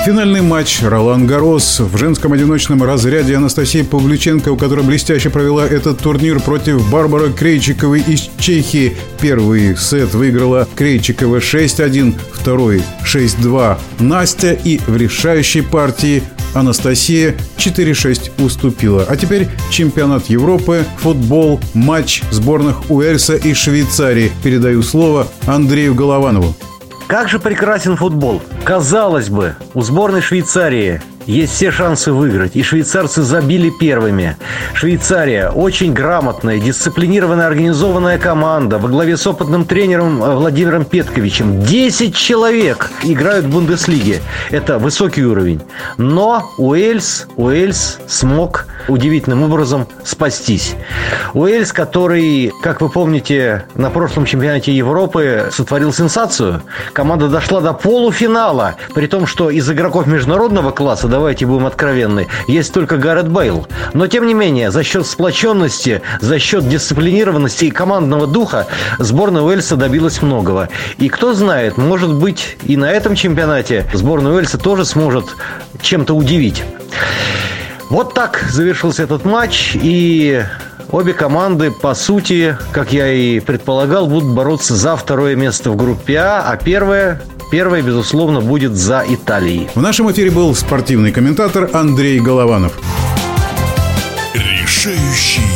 Финальный матч Ролан-Гаррос. В женском одиночном разряде Анастасия Павлюченко, которая блестяще провела этот турнир против Барбары Крейчиковой из Чехии. Первый сет выиграла Крейчикова 6-1, второй 6-2 Настя, и в решающей партии Анастасия 4-6 уступила. А теперь чемпионат Европы, футбол, матч сборных Уэльса и Швейцарии. Передаю слово Андрею Голованову. Как же прекрасен футбол! Казалось бы, у сборной Швейцарии есть все шансы выиграть, и швейцарцы забили первыми. Швейцария очень грамотная, дисциплинированная, организованная команда во главе с опытным тренером Владимиром Петковичем. 10 человек играют в Бундеслиге. Это высокий уровень. Но Уэльс смог удивительным образом спастись. Уэльс, который, как вы помните, на прошлом чемпионате Европы сотворил сенсацию. Команда дошла до полуфинала, при том, что из игроков международного класса, давайте будем откровенны, есть только Гарет Бейл. Но, тем не менее, за счет сплоченности, за счет дисциплинированности и командного духа сборная Уэльса добилась многого. И кто знает, может быть, и на этом чемпионате сборная Уэльса тоже сможет чем-то удивить. Вот так завершился этот матч, и обе команды, по сути, как я и предполагал, будут бороться за второе место в группе А первое, безусловно, будет за Италией. В нашем эфире был спортивный комментатор Андрей Голованов. Решающий